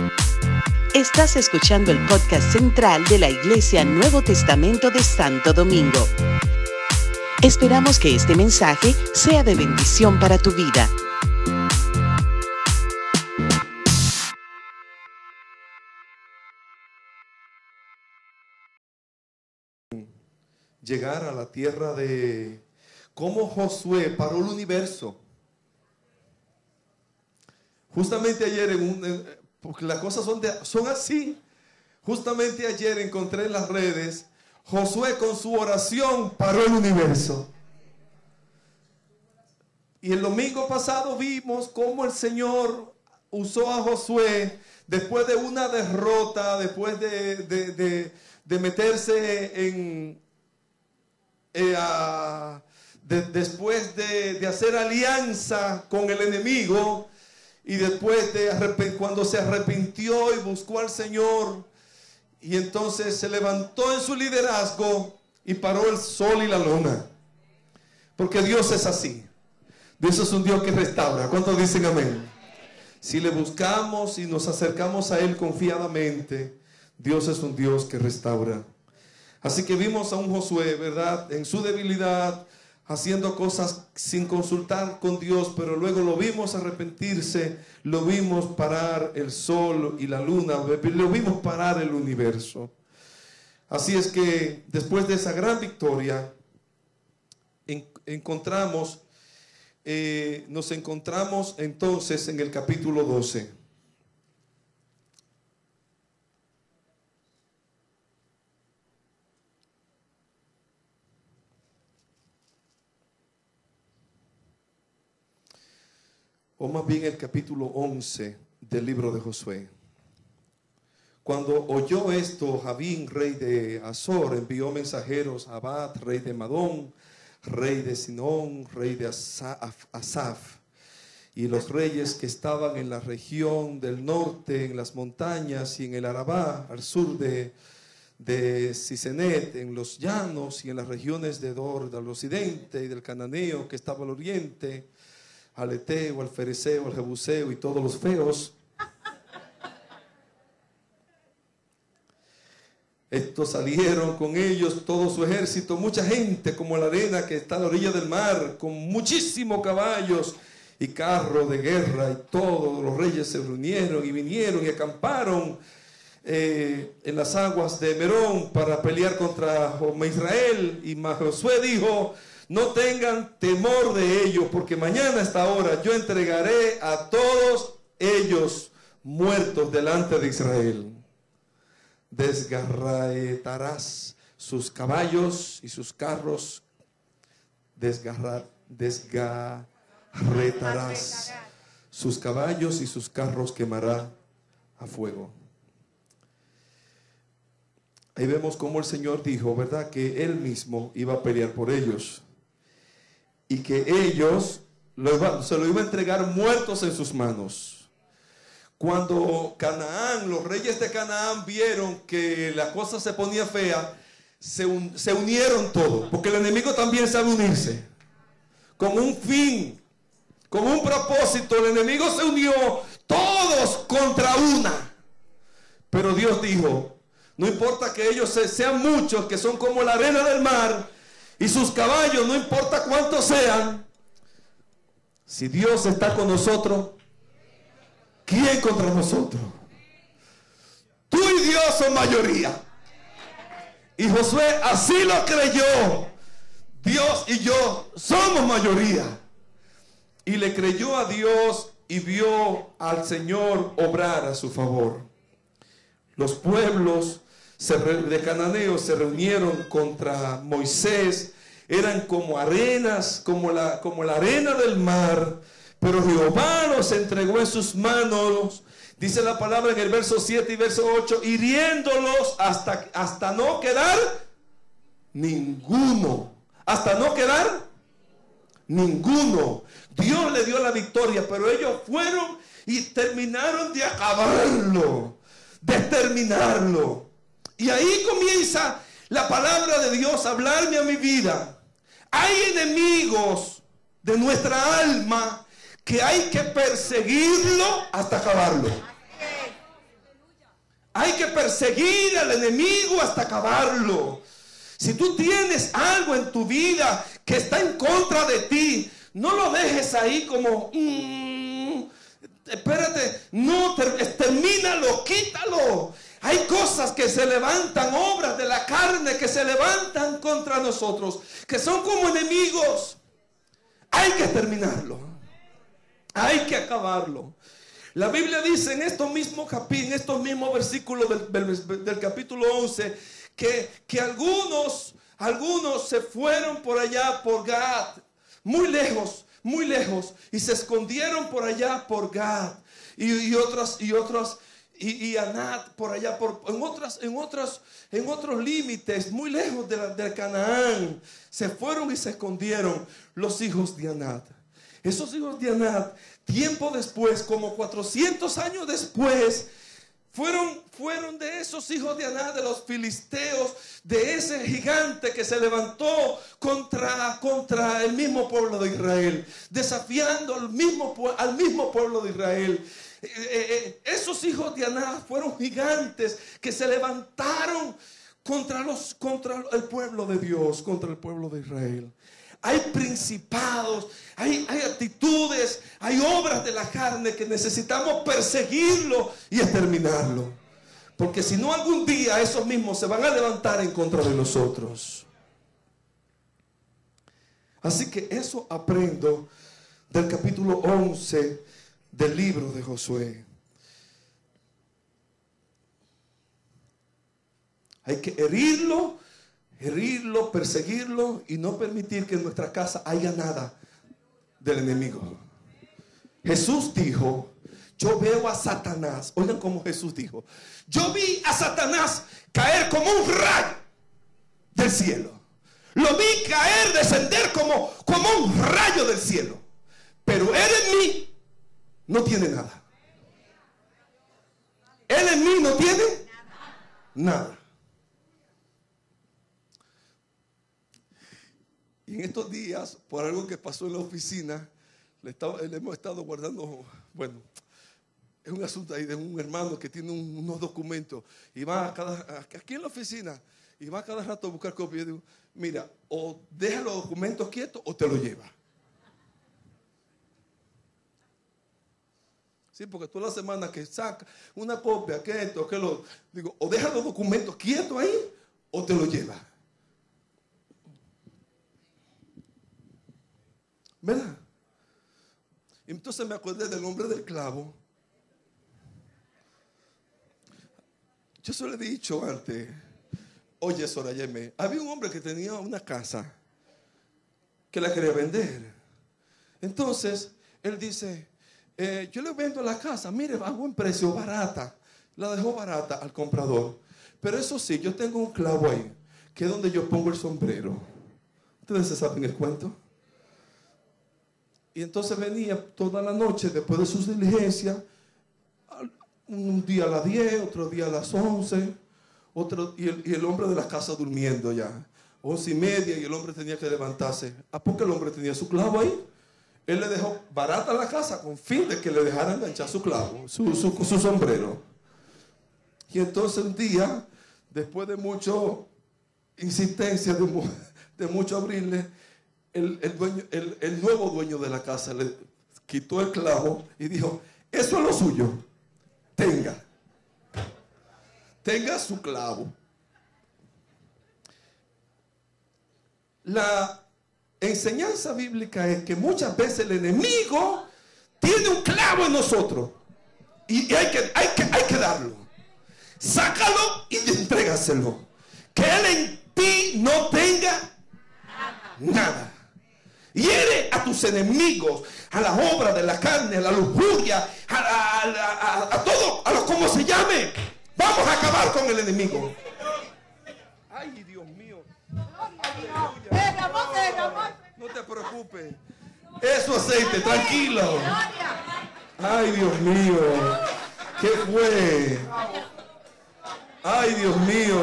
Estás escuchando el podcast central de la Iglesia Nuevo Testamento de Santo Domingo. Esperamos que este mensaje sea de bendición para tu vida. Llegar a la tierra de cómo Josué paró el universo. Justamente ayer, porque las cosas son así, justamente ayer encontré en las redes, Josué con su oración paró el universo. Y el domingo pasado vimos cómo el Señor usó a Josué después de una derrota, después de meterse en... después de hacer alianza con el enemigo y después cuando se arrepintió y buscó al Señor, y entonces se levantó en su liderazgo y paró el sol y la luna, porque Dios es así. Dios es un Dios que restaura. ¿Cuántos dicen amén? Si le buscamos y nos acercamos a Él confiadamente, Dios es un Dios que restaura. Así que vimos a un Josué, ¿verdad?, en su debilidad, haciendo cosas sin consultar con Dios, pero luego lo vimos arrepentirse, lo vimos parar el sol y la luna, lo vimos parar el universo. Así es que después de esa gran victoria, nos encontramos entonces en el capítulo 12. O más bien el capítulo 11 del libro de Josué. Cuando oyó esto, Javín, rey de Azor, envió mensajeros a Abad, rey de Madón, rey de Sinón, rey de Asaf, y los reyes que estaban en la región del norte, en las montañas y en el Arabá, al sur de Sisenet, en los llanos y en las regiones de Dor, del occidente y del Cananeo que estaba al oriente, al Eteo, al Fereceo, al Jebuseo y todos los feos. Estos salieron con ellos todo su ejército, mucha gente como la arena que está a la orilla del mar, con muchísimos caballos y carros de guerra, y todos los reyes se reunieron y vinieron y acamparon en las aguas de Merón para pelear contra Israel. Y Josué dijo: no tengan temor de ellos, porque mañana a esta hora yo entregaré a todos ellos muertos delante de Israel. Desgarretarás sus caballos y sus carros, desgarretarás sus caballos y sus carros quemará a fuego. Ahí vemos cómo el Señor dijo, ¿verdad?, que Él mismo iba a pelear por ellos y que ellos se lo iba a entregar muertos en sus manos. Cuando los reyes de Canaán vieron que la cosa se ponía fea, se unieron todos, porque el enemigo también sabe unirse, con un fin, con un propósito. El enemigo se unió todos contra una, pero Dios dijo: no importa que ellos sean muchos, que son como la arena del mar, y sus caballos, no importa cuántos sean, si Dios está con nosotros, ¿quién contra nosotros? Tú y Dios son mayoría. Y Josué así lo creyó. Dios y yo somos mayoría. Y le creyó a Dios y vio al Señor obrar a su favor. Los pueblos de cananeos se reunieron contra Moisés. Eran como arenas, como la arena del mar. Pero Jehová los entregó en sus manos, dice la palabra en el verso 7 y verso 8, hiriéndolos hasta no quedar ninguno. Hasta no quedar ninguno. Dios le dio la victoria, pero ellos fueron y terminaron de acabarlo, de exterminarlo. Y ahí comienza la palabra de Dios a hablarme a mi vida. Hay enemigos de nuestra alma que hay que perseguirlo hasta acabarlo. Hay que perseguir al enemigo hasta acabarlo. Si tú tienes algo en tu vida que está en contra de ti, no lo dejes ahí como, espérate, no, termínalo, quítalo. Hay cosas que se levantan, obras de la carne que se levantan contra nosotros, que son como enemigos. Hay que terminarlo. Hay que acabarlo. La Biblia dice en estos mismos versículos del capítulo 11, que algunos se fueron por allá por Gad, muy lejos, y se escondieron por allá por Gad, y Anat por allá, en otros límites, muy lejos de Canaán. Se fueron y se escondieron los hijos de Anat. Esos hijos de Anat, tiempo después, como 400 años después, fueron de esos hijos de Anat, de los filisteos, de ese gigante que se levantó contra el mismo pueblo de Israel, desafiando al mismo pueblo de Israel. Esos hijos de Anat fueron gigantes que se levantaron contra el pueblo de Dios, contra el pueblo de Israel. Hay principados, hay actitudes, hay obras de la carne que necesitamos perseguirlo y exterminarlo. Porque si no, algún día esos mismos se van a levantar en contra de nosotros. Así que eso aprendo del capítulo 11 del libro de Josué. Hay que herirlo, perseguirlo y no permitir que en nuestra casa haya nada del enemigo. Jesús dijo, yo veo a Satanás. Oigan cómo Jesús dijo, yo vi a Satanás caer como un rayo del cielo. Lo vi caer, descender como un rayo del cielo. Pero él en mí no tiene nada. Él en mí no tiene nada. Y en estos días, por algo que pasó en la oficina, le hemos estado guardando, bueno, es un asunto ahí de un hermano que tiene unos documentos y va aquí en la oficina y va cada rato a buscar copias. Y digo, mira, o deja los documentos quietos o te los lleva. Sí, porque toda la semana que saca una copia, que esto, que lo, digo, o deja los documentos quietos ahí o te los lleva. ¿Verdad? Entonces me acordé del hombre del clavo. Yo se lo he dicho antes. Oye, Sorayeme, había un hombre que tenía una casa que la quería vender. Entonces, él dice, yo le vendo la casa, mire, a buen precio, barata. La dejó barata al comprador. Pero eso sí, yo tengo un clavo ahí, que es donde yo pongo el sombrero. ¿Ustedes se saben el cuento? Y entonces venía toda la noche después de sus diligencias, un día a las 10, otro día a las 11, y el hombre de la casa durmiendo ya, 11:30, y el hombre tenía que levantarse. ¿A poco el hombre tenía su clavo ahí? Él le dejó barata la casa con fin de que le dejara enganchar su clavo, su sombrero. Y entonces un día, después de mucho insistencia, de mucho abrirle, el nuevo dueño de la casa le quitó el clavo y dijo, eso es lo suyo, tenga su clavo. La enseñanza bíblica es que muchas veces el enemigo tiene un clavo en nosotros y hay que darlo. Sácalo y entrégaselo, que él en ti no tenga nada. Hiere a tus enemigos, a la obra de la carne, a la lujuria, a todo, a lo como se llame. Vamos a acabar con el enemigo. Ay, Dios mío. No te preocupes. Eso aceite, tranquilo. Ay, Dios mío. ¿Qué fue? Ay, Dios mío.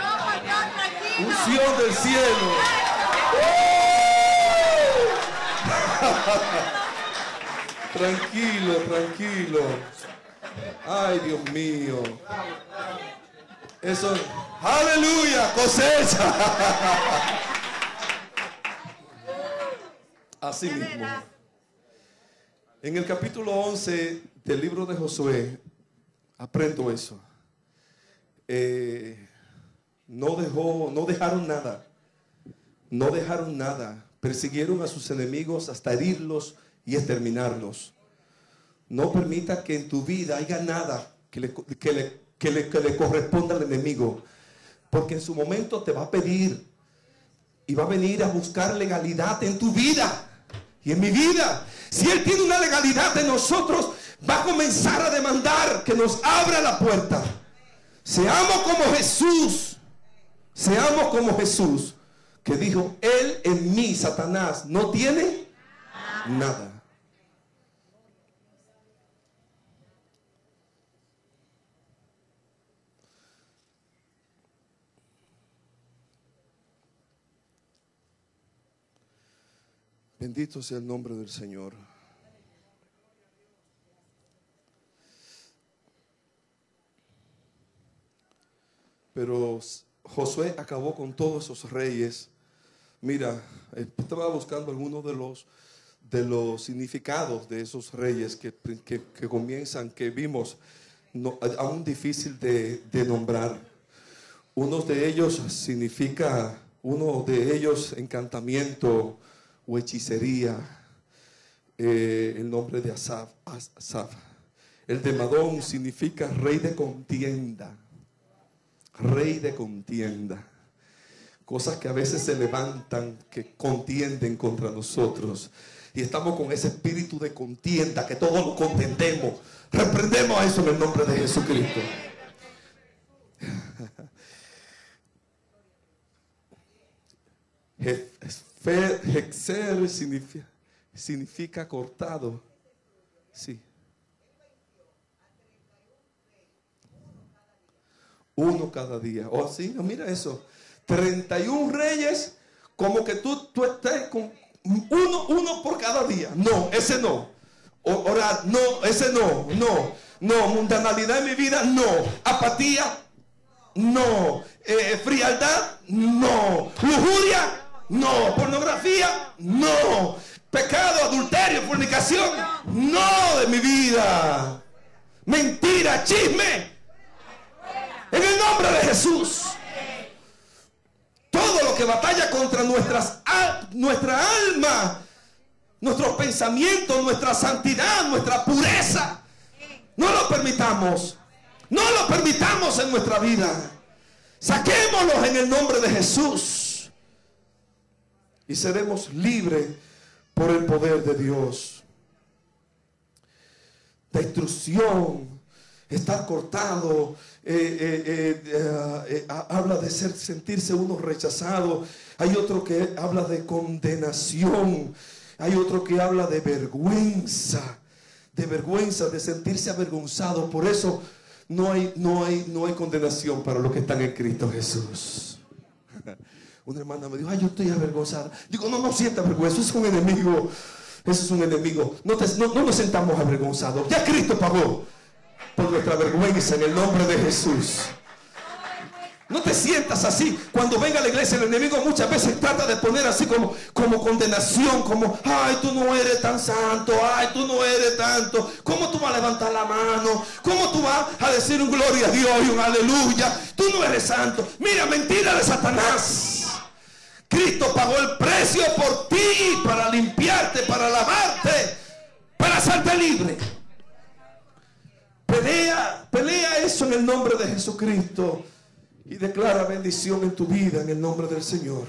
Unción del cielo. Tranquilo. Ay, Dios mío. Eso, aleluya, cosecha. Así mismo. En el capítulo 11 del libro de Josué, aprendo eso. No dejaron nada. No dejaron nada. Persiguieron a sus enemigos hasta herirlos y exterminarlos. No permita que en tu vida haya nada que le corresponda al enemigo. Porque en su momento te va a pedir y va a venir a buscar legalidad en tu vida y en mi vida. Si él tiene una legalidad de nosotros, va a comenzar a demandar que nos abra la puerta. Seamos como Jesús. Seamos como Jesús, que dijo: él en mí, Satanás, no tiene nada. Bendito sea el nombre del Señor. Pero Josué acabó con todos esos reyes. Mira, estaba buscando algunos de los significados de esos reyes que comienzan, que vimos, aún difícil de nombrar. Uno de ellos encantamiento o hechicería. El nombre de Asaf. El de Madón significa rey de contienda. Rey de contienda. Cosas que a veces se levantan, que contienden contra nosotros. Y estamos con ese espíritu de contienda, que todos lo contendemos. Reprendemos a eso en el nombre de Jesucristo. Hexer significa cortado. Sí. Uno cada día. O así, no, mira eso. 31 reyes, como que tú estés con uno por cada día. No, ese no. Orar, no, ese no. No, mundanalidad en mi vida, no. Apatía, no. Frialdad, no. Lujuria, no. Pornografía, no. Pecado, adulterio, fornicación, no de mi vida. Mentira, chisme. En el nombre de Jesús. Todo lo que batalla contra nuestra alma, nuestros pensamientos, nuestra santidad, nuestra pureza, no lo permitamos. No lo permitamos en nuestra vida. Saquémoslos en el nombre de Jesús. Y seremos libres por el poder de Dios. Destrucción. Estar cortado, habla de sentirse uno rechazado. Hay otro que habla de condenación. Hay otro que habla de vergüenza, de sentirse avergonzado. Por eso no hay condenación para los que están en Cristo Jesús. Una hermana me dijo: ay, yo estoy avergonzada. Digo: no sientas vergüenza, eso es un enemigo. Eso es un enemigo. No nos sentamos avergonzados. Ya Cristo pagó por nuestra vergüenza en el nombre de Jesús. No te sientas así. Cuando venga a la iglesia, el enemigo muchas veces trata de poner así como condenación, como: ay, tú no eres tan santo, ay, tú no eres tanto. ¿Cómo tú vas a levantar la mano? ¿Cómo tú vas a decir un gloria a Dios y un aleluya? Tú no eres santo. Mira, mentira de Satanás. Cristo pagó el precio por ti, para limpiarte, para lavarte, para hacerte libre. Pelea eso en el nombre de Jesucristo y declara bendición en tu vida en el nombre del Señor.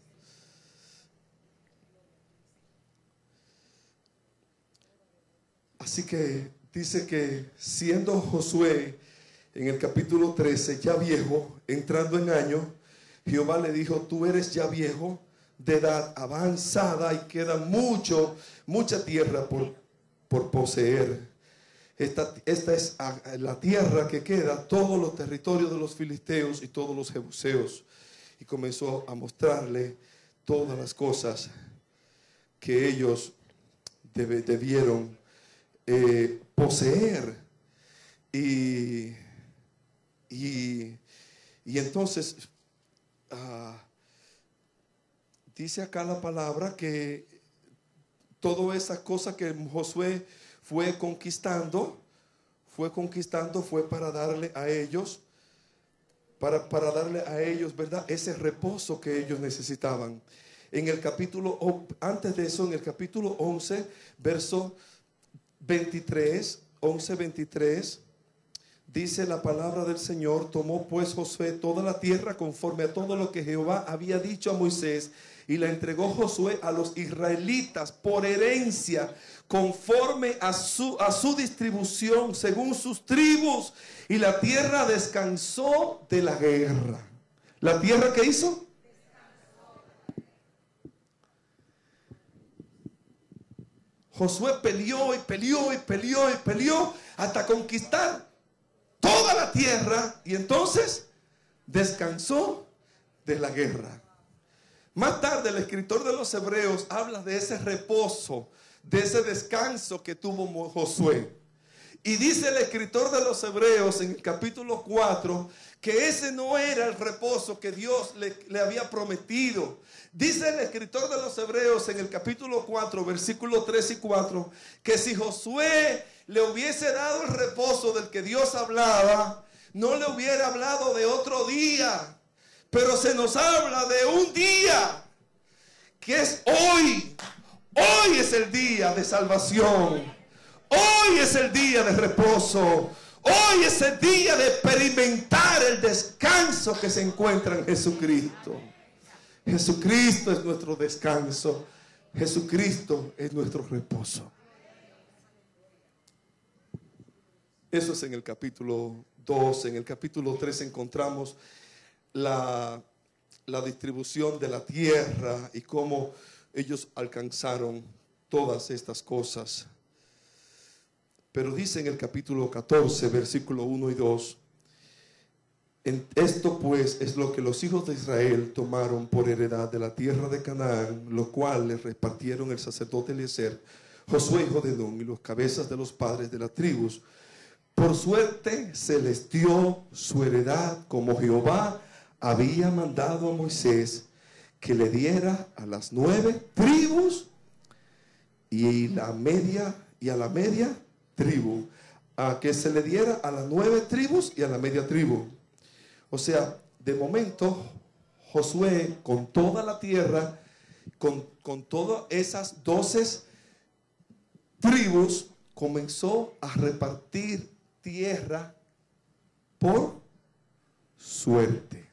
Así que dice que siendo Josué en el capítulo 13 ya viejo, entrando en años, Jehová le dijo: tú eres ya viejo, de edad avanzada, y queda mucha tierra por poseer. Esta es la tierra que queda, todos los territorios de los filisteos y todos los jebuseos. Y comenzó a mostrarle todas las cosas que ellos debieron poseer. Y entonces dice acá la palabra que toda esa cosa que Josué fue conquistando fue para darle a ellos, para darle a ellos, ¿verdad?, ese reposo que ellos necesitaban. En el capítulo, antes de eso, en el capítulo 11, verso 23, 11:23, dice la palabra del Señor: tomó pues Josué toda la tierra conforme a todo lo que Jehová había dicho a Moisés, y la entregó Josué a los israelitas por herencia, conforme a su distribución, según sus tribus. Y la tierra descansó de la guerra. ¿La tierra qué hizo? Josué peleó y peleó y peleó y peleó hasta conquistar toda la tierra, y entonces descansó de la guerra. Más tarde el escritor de los Hebreos habla de ese reposo, de ese descanso que tuvo Josué. Y dice el escritor de los Hebreos en el capítulo 4 que ese no era el reposo que Dios le había prometido. Dice el escritor de los Hebreos en el capítulo 4, versículos 3 y 4, que si Josué le hubiese dado el reposo del que Dios hablaba, no le hubiera hablado de otro día, pero se nos habla de un día, que es hoy. Hoy es el día de salvación. Hoy es el día de reposo. Hoy es el día de experimentar el descanso que se encuentra en Jesucristo. Jesucristo es nuestro descanso. Jesucristo es nuestro reposo. Eso es en el capítulo 2. En el capítulo 3 encontramos la distribución de la tierra y cómo ellos alcanzaron todas estas cosas. Pero dice en el capítulo 14, versículo 1 y 2: esto pues es lo que los hijos de Israel tomaron por heredad de la tierra de Canaán, lo cual les repartieron el sacerdote Eliezer, Josué hijo de Nun, y los cabezas de los padres de las tribus. Por suerte se les dio su heredad, como Jehová había mandado a Moisés que le diera a las 9 tribus y a la media tribu, a que se le diera a las 9 tribus y a la media tribu. O sea, de momento Josué, con toda la tierra, con todas esas 12 tribus, comenzó a repartir tierra por suerte.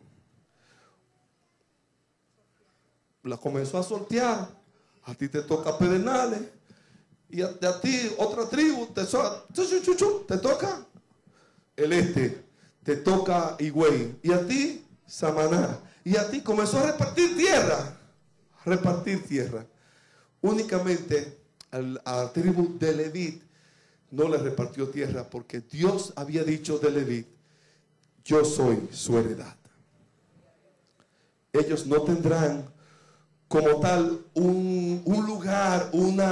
La comenzó a sortear. A ti te toca Pedernales, y a ti otra tribu te toca el este, te toca Higüey, y a ti Samaná, y a ti comenzó a repartir tierra. Únicamente a la tribu de Leví no le repartió tierra, porque Dios había dicho de Leví: yo soy su heredad. Ellos no tendrán como tal un lugar, un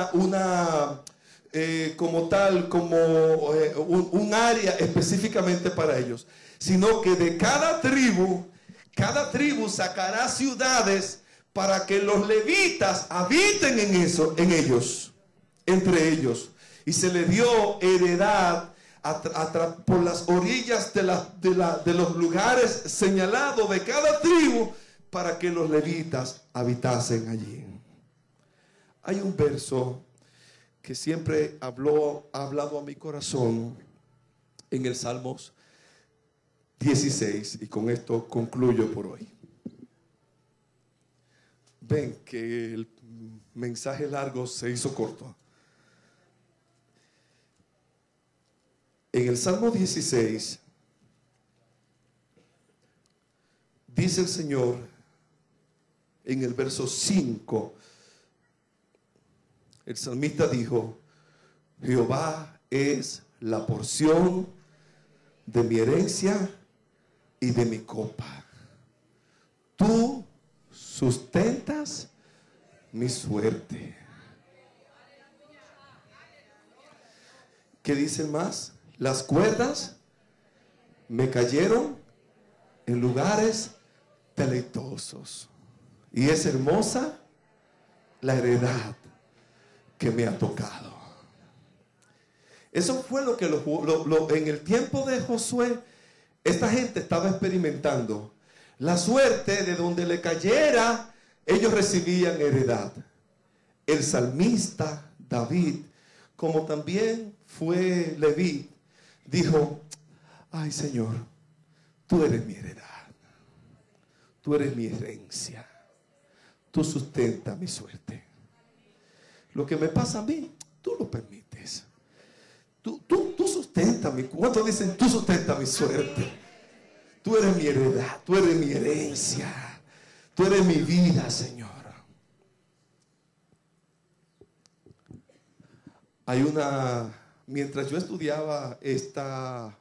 área específicamente para ellos, sino que de cada tribu sacará ciudades para que los levitas habiten entre ellos. Y se le dio heredad por las orillas de los lugares señalados de cada tribu, para que los levitas habitasen allí. Hay un verso que siempre ha hablado a mi corazón en el Salmos 16, y con esto concluyo por hoy. Ven que el mensaje largo se hizo corto. En el Salmo 16 dice el Señor, en el verso 5, el salmista dijo: Jehová es la porción de mi herencia y de mi copa. Tú sustentas mi suerte. ¿Qué dicen más? Las cuerdas me cayeron en lugares deleitosos. Y es hermosa la heredad que me ha tocado. Eso fue lo que en el tiempo de Josué, esta gente estaba experimentando. La suerte de donde le cayera, ellos recibían heredad. El salmista David, como también fue Leví, dijo: ay, Señor, tú eres mi heredad, tú eres mi herencia, tú sustentas mi suerte. Lo que me pasa a mí, tú lo permites. Tú sustentas mi... ¿Cuántos dicen tú sustentas mi suerte? Tú eres mi heredad, tú eres mi herencia, tú eres mi vida, Señor. Hay una... Mientras yo estudiaba estas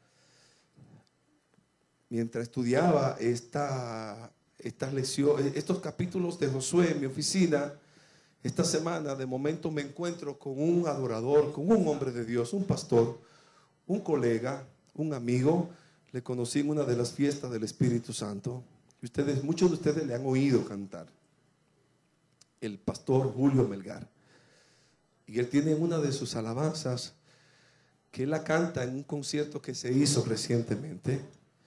lecciones, estos capítulos de Josué en mi oficina, esta semana de momento me encuentro con un adorador, con un hombre de Dios, un pastor, un colega, un amigo. Le conocí en una de las fiestas del Espíritu Santo. Y muchos de ustedes le han oído cantar. El pastor Julio Melgar. Y él tiene una de sus alabanzas que él la canta en un concierto que se hizo recientemente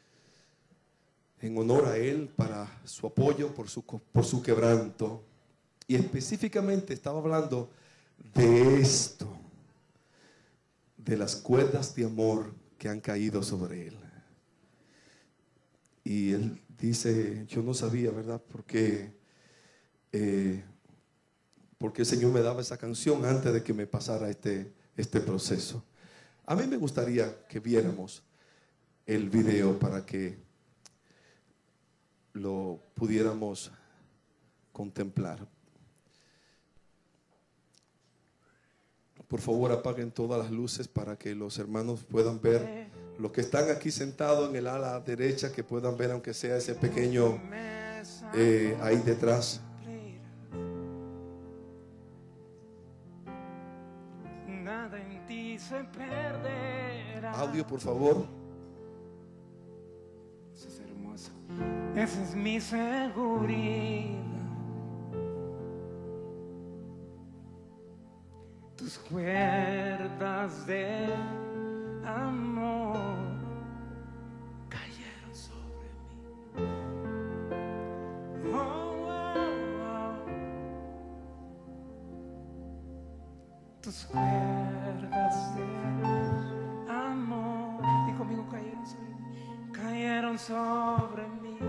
en honor a él, para su apoyo, por su quebranto. Y específicamente estaba hablando de esto, de las cuerdas de amor que han caído sobre él. Y él dice: yo no sabía, ¿verdad? Porque el Señor me daba esa canción antes de que me pasara este proceso. A mí me gustaría que viéramos el video para que lo pudiéramos contemplar. Por favor, apaguen todas las luces para que los hermanos puedan ver. Los que están aquí sentados en el ala derecha, que puedan ver aunque sea ese pequeño ahí detrás. Nada en ti se perderá. Audio, por favor. Eso es hermoso. Esa es mi seguridad. Tus cuerdas de amor cayeron sobre mí. Oh, oh, oh. Tus cuerdas de amor, y conmigo cayeron sobre mí.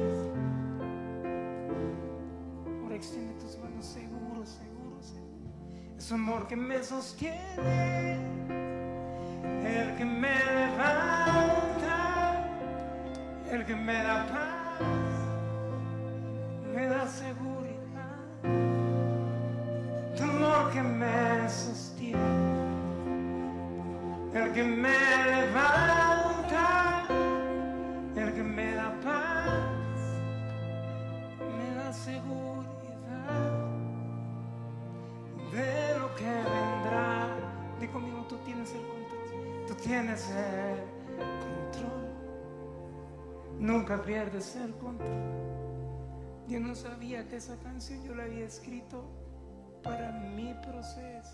Ahora extiende tus manos, seguro, seguro, seguro. Es amor que me sostiene, el que me levanta, el que me da paz, me da seguridad. Tu amor que me sostiene, el que me levanta, el que me da paz, me da seguridad de lo que vendrá. Di conmigo, tú tienes el control. Tú tienes el control. Nunca pierdes el control. Yo no sabía que esa canción yo la había escrito para mi proceso,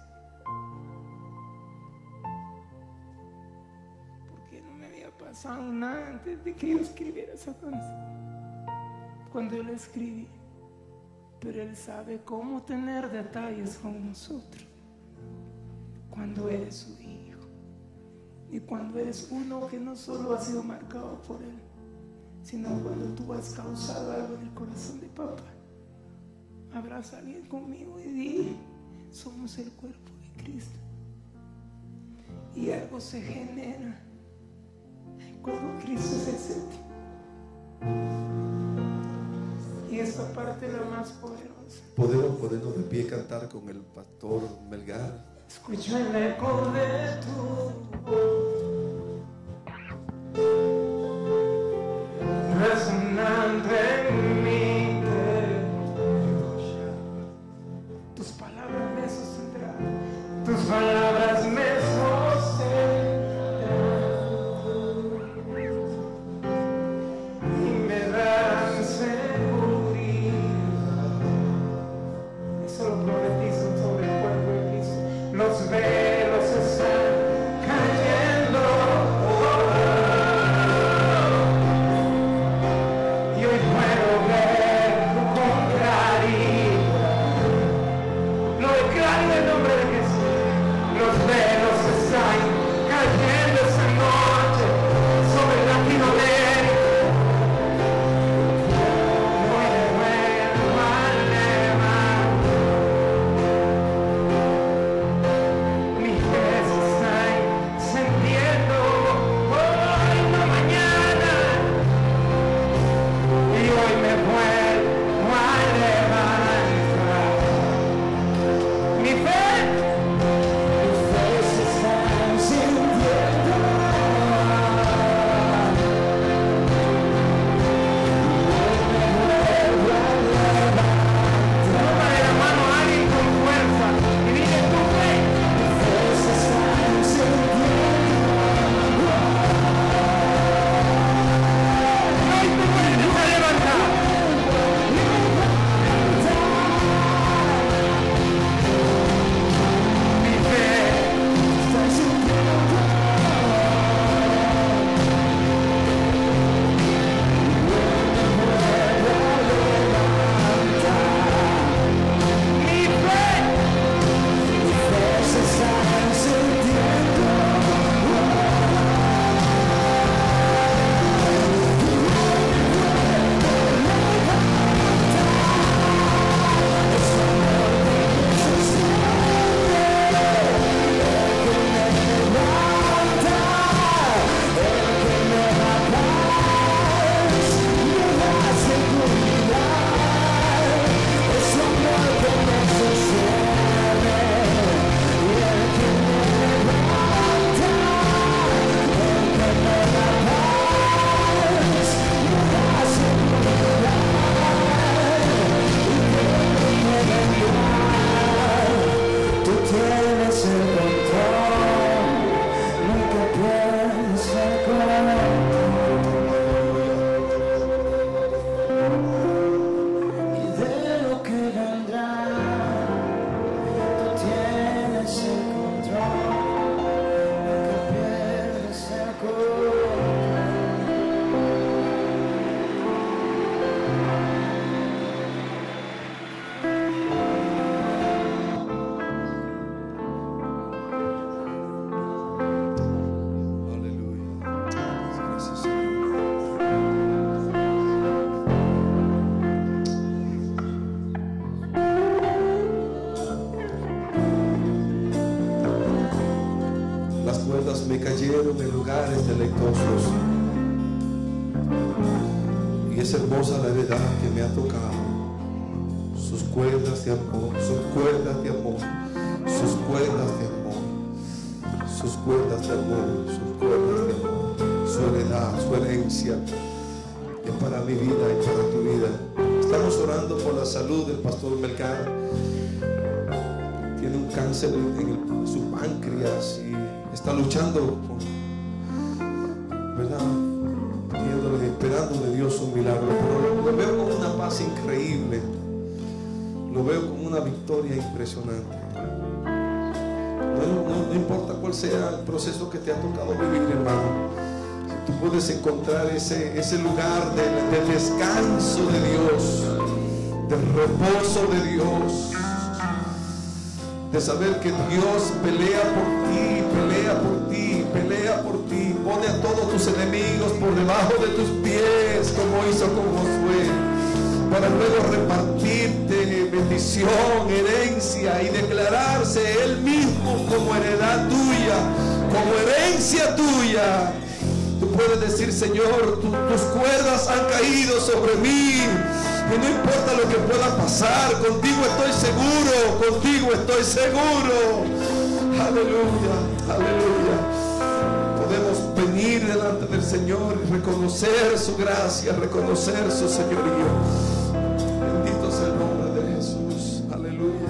porque no me había pasado nada antes de que yo escribiera esa canción. Cuando yo la escribí, pero Él sabe cómo tener detalles con nosotros cuando eres su hijo y cuando eres uno que no solo ha sido marcado por Él, sino cuando tú has causado algo en el corazón de papá. Abraza a alguien conmigo y di: somos el cuerpo de Cristo. Y algo se genera cuando Cristo es el centro. Y esta parte es la más poderosa. ¿Podemos ponernos de pie, cantar con el pastor Melgar? Escucha el eco de tu voz, resonando en mi interior. Tus palabras me sostendrán, tus palabras me sostendrán. fueron en lugares deleitosos. Y es hermosa la heredad que me ha tocado. Sus cuerdas de amor, sus cuerdas de amor, sus cuerdas de amor, sus cuerdas de amor, sus cuerdas de amor, su heredad, su herencia, es para mi vida y para tu vida. Estamos orando por la salud del pastor Melgar. Tiene un cáncer en su páncreas y está luchando con, ¿verdad? Pidiéndole, esperando de Dios un milagro, pero lo veo con una paz increíble. Lo veo como una victoria impresionante. No importa cuál sea el proceso que te ha tocado vivir, hermano. Si tú puedes encontrar ese lugar de descanso de Dios, de reposo de Dios, de saber que Dios pelea por ti, pelea por ti, pelea por ti, pone a todos tus enemigos por debajo de tus pies, como hizo con Josué, para luego repartirte bendición, herencia y declararse Él mismo como heredad tuya, como herencia tuya. Tú puedes decir: Señor, tus cuerdas han caído sobre mí y no importa lo que pueda pasar, contigo estoy seguro, contigo estoy seguro. Aleluya, aleluya. Podemos venir delante del Señor y reconocer su gracia, reconocer su señorío. Bendito sea el nombre de Jesús. Aleluya.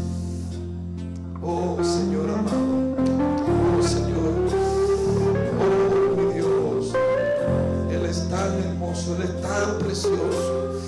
Oh Señor amado. Oh Señor. Oh mi Dios. Él es tan hermoso. Él es tan precioso.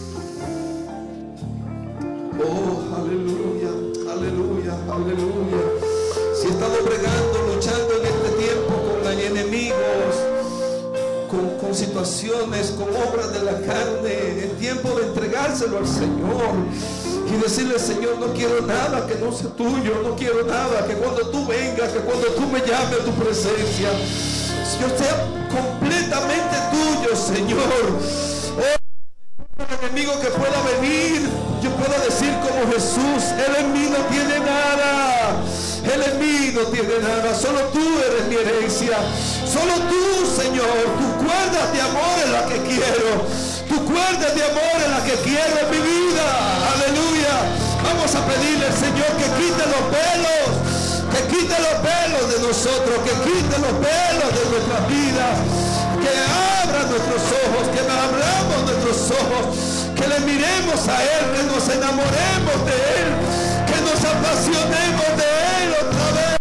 Oh, aleluya. Aleluya. Aleluya. Si he estado bregando, luchando en este tiempo con enemigos, con situaciones, con obras de la carne, es tiempo de entregárselo al Señor y decirle: Señor, no quiero nada que no sea tuyo, no quiero nada que cuando tú vengas, que cuando tú me llames a tu presencia, yo sea completamente tuyo, Señor. Oh, el enemigo que pueda venir, yo pueda decir como Jesús: Él en mí no tiene nada, Él en mí no tiene nada, solo tú eres mi herencia, solo tú, Señor. Tu cuerda de amor es la que quiero, tu cuerda de amor es la que quiero en mi vida. Aleluya. Vamos a pedirle al Señor que quite los velos, que quite los velos de nosotros, que quite los velos de nuestras vidas, que abra nuestros ojos, que abramos nuestros ojos, que le miremos a Él, que nos enamoremos de Él, que nos apasionemos de Él otra vez,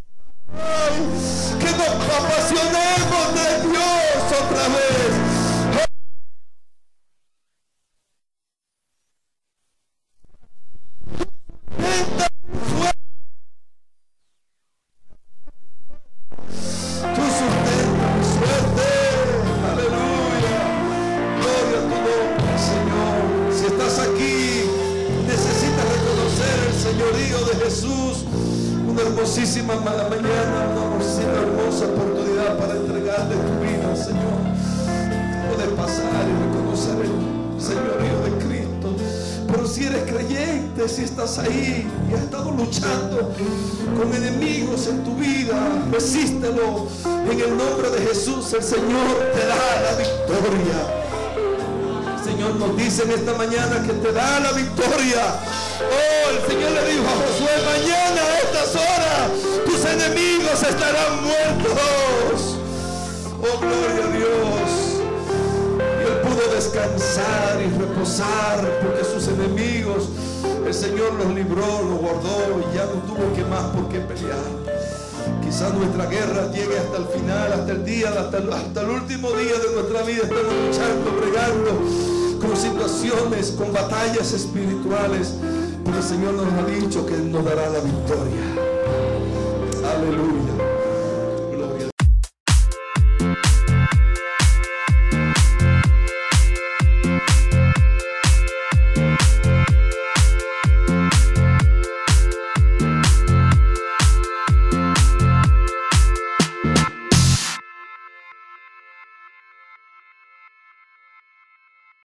que nos apasionemos de Dios otra vez. Hermosísima mañana, una hermosa oportunidad para entregarle tu vida, Señor. Puedes pasar y reconocer el señorío de Cristo. Pero si eres creyente, si estás ahí y has estado luchando con enemigos en tu vida, resístelo. En el nombre de Jesús, el Señor te da la victoria. El Señor nos dice en esta mañana que te da la victoria. Oh, el Señor le dijo a Josué: mañana a estas horas tus enemigos estarán muertos. Oh, gloria a Dios. Y él pudo descansar y reposar porque sus enemigos, el Señor los libró, los guardó y ya no tuvo que más por qué pelear. Quizás nuestra guerra llegue hasta el final, hasta el día, hasta el último día de nuestra vida. Estamos luchando, bregando con situaciones, con batallas espirituales. Pero el Señor nos ha dicho que Él nos dará la victoria. Aleluya.